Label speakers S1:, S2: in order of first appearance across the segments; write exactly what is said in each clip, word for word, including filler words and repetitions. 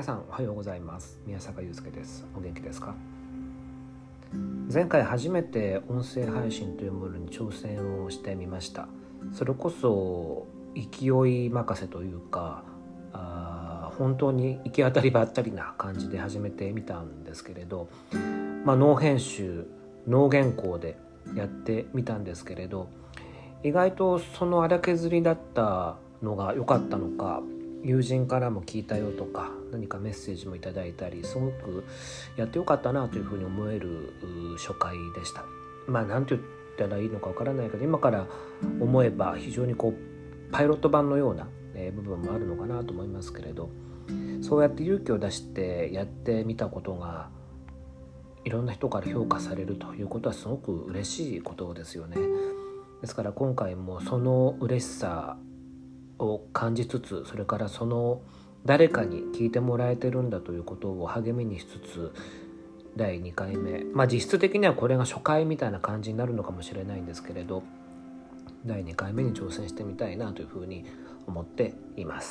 S1: さんおはようございます。宮坂祐介です。お元気ですか？前回初めて音声配信というものに挑戦をしてみました。それこそ勢い任せというかあ本当に行き当たりばったりな感じで始めてみたんですけれど、まあ、ノー編集ノー原稿でやってみたんですけれど、意外とその荒削りだったのが良かったのか、友人からも聞いたよとか何かメッセージもいただいたり、すごくやってよかったなというふうに思える初回でした。まあ何て言ったらいいのかわからないけど、今から思えば非常にこうパイロット版のような部分もあるのかなと思いますけれど、そうやって勇気を出してやってみたことがいろんな人から評価されるということはすごく嬉しいことですよね。ですから今回もその嬉しさを感じつつ、それからその誰かに聞いてもらえてるんだということを励みにしつつ、だいにかいめ、まあ実質的にはこれが初回みたいな感じになるのかもしれないんですけれど、だいにかいめに挑戦してみたいなというふうに思っています。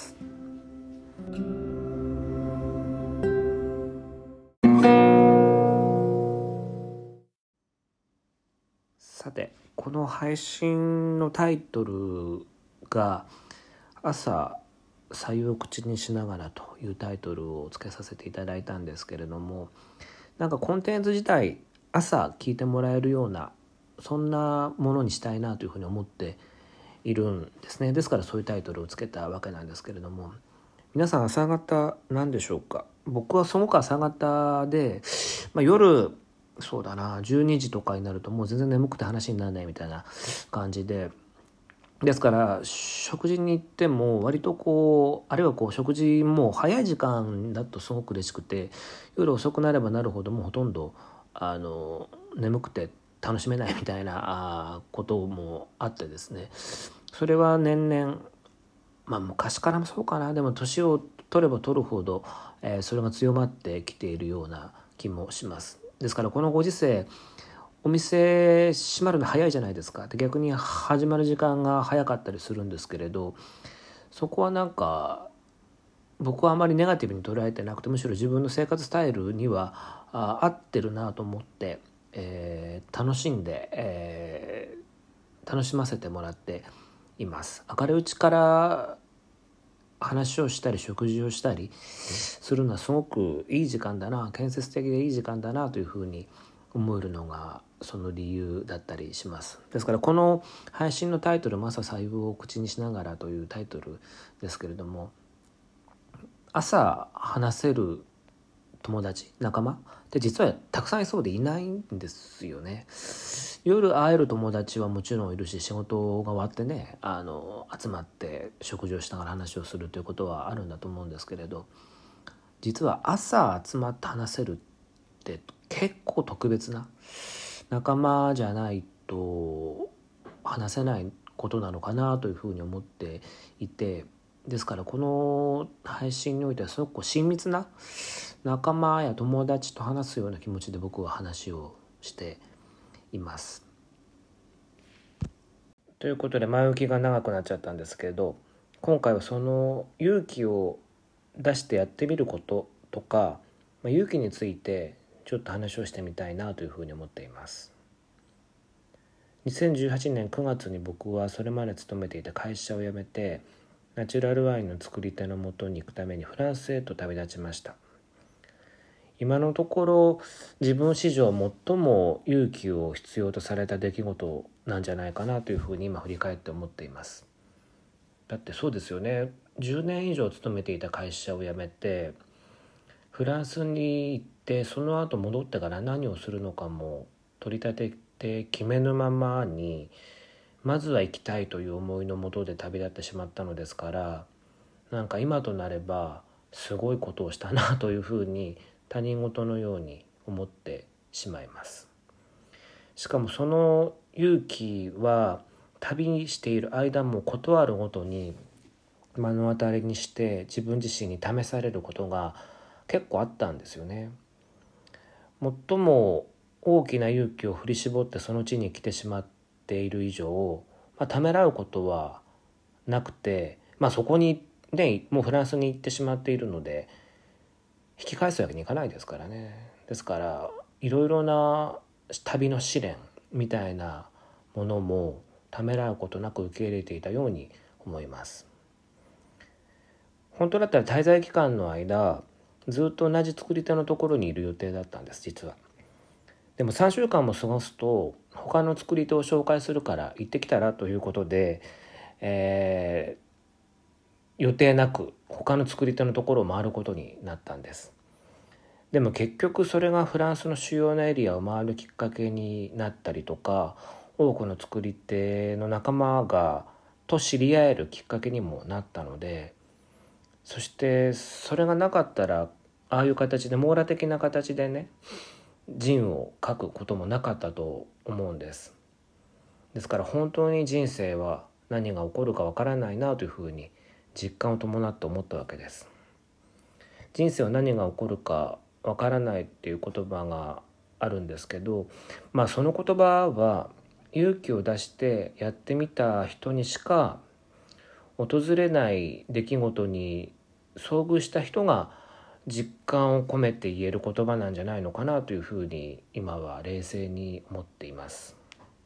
S1: さて、この配信のタイトルが朝白湯を口にしながらというタイトルをつけさせていただいたんですけれども、なんかコンテンツ自体朝聞いてもらえるようなそんなものにしたいなというふうに思っているんですね。ですからそういうタイトルをつけたわけなんですけれども、皆さん朝方なんでしょうか？僕はすごく朝方で、まあ、夜そうだなじゅうにじとかになるともう全然眠くて話にならないみたいな感じで、ですから食事に行っても割とこう、あるいはこう食事も早い時間だとすごく嬉しくて、夜遅くなればなるほどもうほとんどあの眠くて楽しめないみたいなこともあってですね、それは年々、まあ昔からもそうかな、でも年を取れば取るほど、えー、それが強まってきているような気もします。ですからこのご時世お店閉まるの早いじゃないですか。で逆に始まる時間が早かったりするんですけれど、そこはなんか僕はあまりネガティブに捉えてなくて、むしろ自分の生活スタイルにはあ合ってるなと思って、えー、楽しんで、えー、楽しませてもらっています。明るいうちから話をしたり食事をしたりするのはすごくいい時間だな、建設的でいい時間だなというふうに思えるのがその理由だったりします。ですからこの配信のタイトルも朝白湯を口にしながらというタイトルですけれども、朝話せる友達仲間って実はたくさんいそうでいないんですよね。夜会える友達はもちろんいるし、仕事が終わってねあの集まって食事をしながら話をするということはあるんだと思うんですけれど、実は朝集まって話せるって結構特別な、仲間じゃないと話せないことなのかなというふうに思っていて、ですからこの配信においてはすごく親密な仲間や友達と話すような気持ちで僕は話をしています。ということで前置きが長くなっちゃったんですけれど、今回はその勇気を出してやってみることとか、まあ、勇気についてちょっと話をしてみたいなというふうに思っています。にせんじゅうはちねんくがつに僕はそれまで勤めていた会社を辞めて、ナチュラルワインの作り手のもとに行くためにフランスへと旅立ちました。今のところ自分史上最も勇気を必要とされた出来事なんじゃないかなというふうに今振り返って思っています。だってそうですよね、じゅうねん以上勤めていた会社を辞めてフランスに行って、その後戻ってから何をするのかも取り立てて決めぬままに、まずは行きたいという思いのもとで旅立ってしまったのですから、なんか今となればすごいことをしたなというふうに他人事のように思ってしまいます。しかもその勇気は旅している間もことあるごとに目の当たりにして自分自身に試されることが結構あったんですよね。最も大きな勇気を振り絞ってその地に来てしまっている以上、まあ、ためらうことはなくて、まあ、そこにねもうフランスに行ってしまっているので、 引き返すわけにいかないですからね。ですからいろいろな旅の試練みたいなものもためらうことなく受け入れていたように思います。本当だったら滞在期間の間ずっと同じ作り手のところにいる予定だったんです、実は。でもさんしゅうかんも過ごすと他の作り手を紹介するから行ってきたらということで、えー、予定なく他の作り手のところを回ることになったんです。でも結局それがフランスの主要なエリアを回るきっかけになったりとか、多くの作り手の仲間がと知り合えるきっかけにもなったので、そしてそれがなかったらああいう形で網羅的な形でね陣を書くこともなかったと思うんです。ですから本当に人生は何が起こるかわからないなというふうに実感を伴って思ったわけです。人生は何が起こるかわからないっていう言葉があるんですけど、まあその言葉は勇気を出してやってみた人にしか訪れない出来事に遭遇した人が実感を込めて言える言葉なんじゃないのかなというふうに今は冷静に思っています。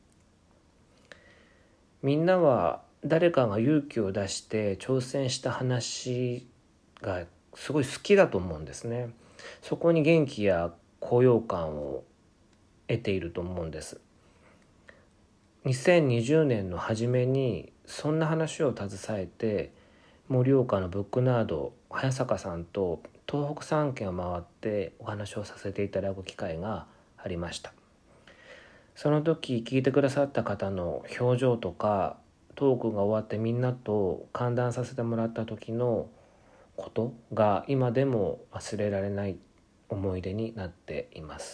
S1: みんなは誰かが勇気を出して挑戦した話がすごい好きだと思うんですね。そこに元気や高揚感を得ていると思うんです。にせんにじゅうねんの初めにそんな話を携えて盛岡のブックナード早坂さんと東北さんけんを回ってお話をさせていただく機会がありました。その時聞いてくださった方の表情とかトークが終わってみんなと歓談させてもらった時のことが今でも忘れられない思い出になっています。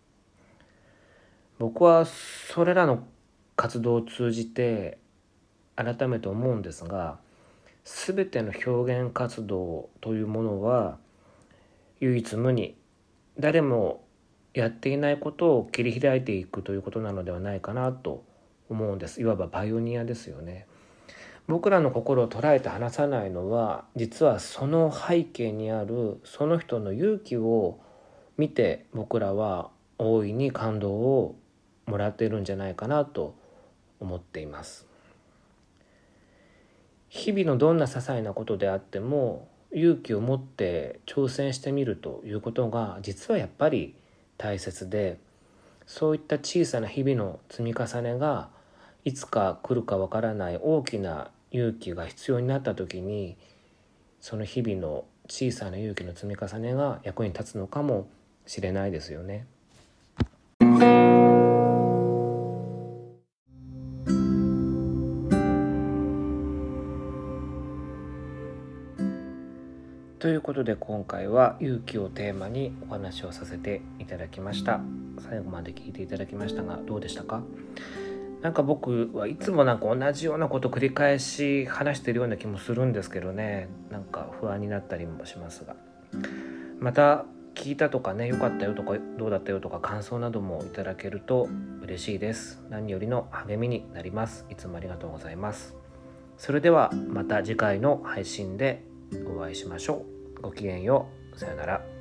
S1: 僕はそれらの活動を通じて改めて思うんですが、全ての表現活動というものは唯一無二、誰もやっていないことを切り開いていくということなのではないかなと思うんです。いわばパイオニアですよね。僕らの心を捉えて離さないのは、実はその背景にあるその人の勇気を見て僕らは大いに感動をもらっているんじゃないかなと思っています。日々のどんな些細なことであっても勇気を持って挑戦してみるということが実はやっぱり大切で、そういった小さな日々の積み重ねがいつか来るかわからない大きな勇気が必要になった時に、その日々の小さな勇気の積み重ねが役に立つのかもしれないですよね。ということで今回は勇気をテーマにお話をさせていただきました。最後まで聞いていただきましたがどうでしたか？なんか僕はいつもなんか同じようなことを繰り返し話しているような気もするんですけどね、なんか不安になったりもしますが、また聞いたとかね、良かったよとかどうだったよとか感想などもいただけると嬉しいです。何よりの励みになります。いつもありがとうございます。それではまた次回の配信でお会いしましょう。ごきげんよう。さよなら。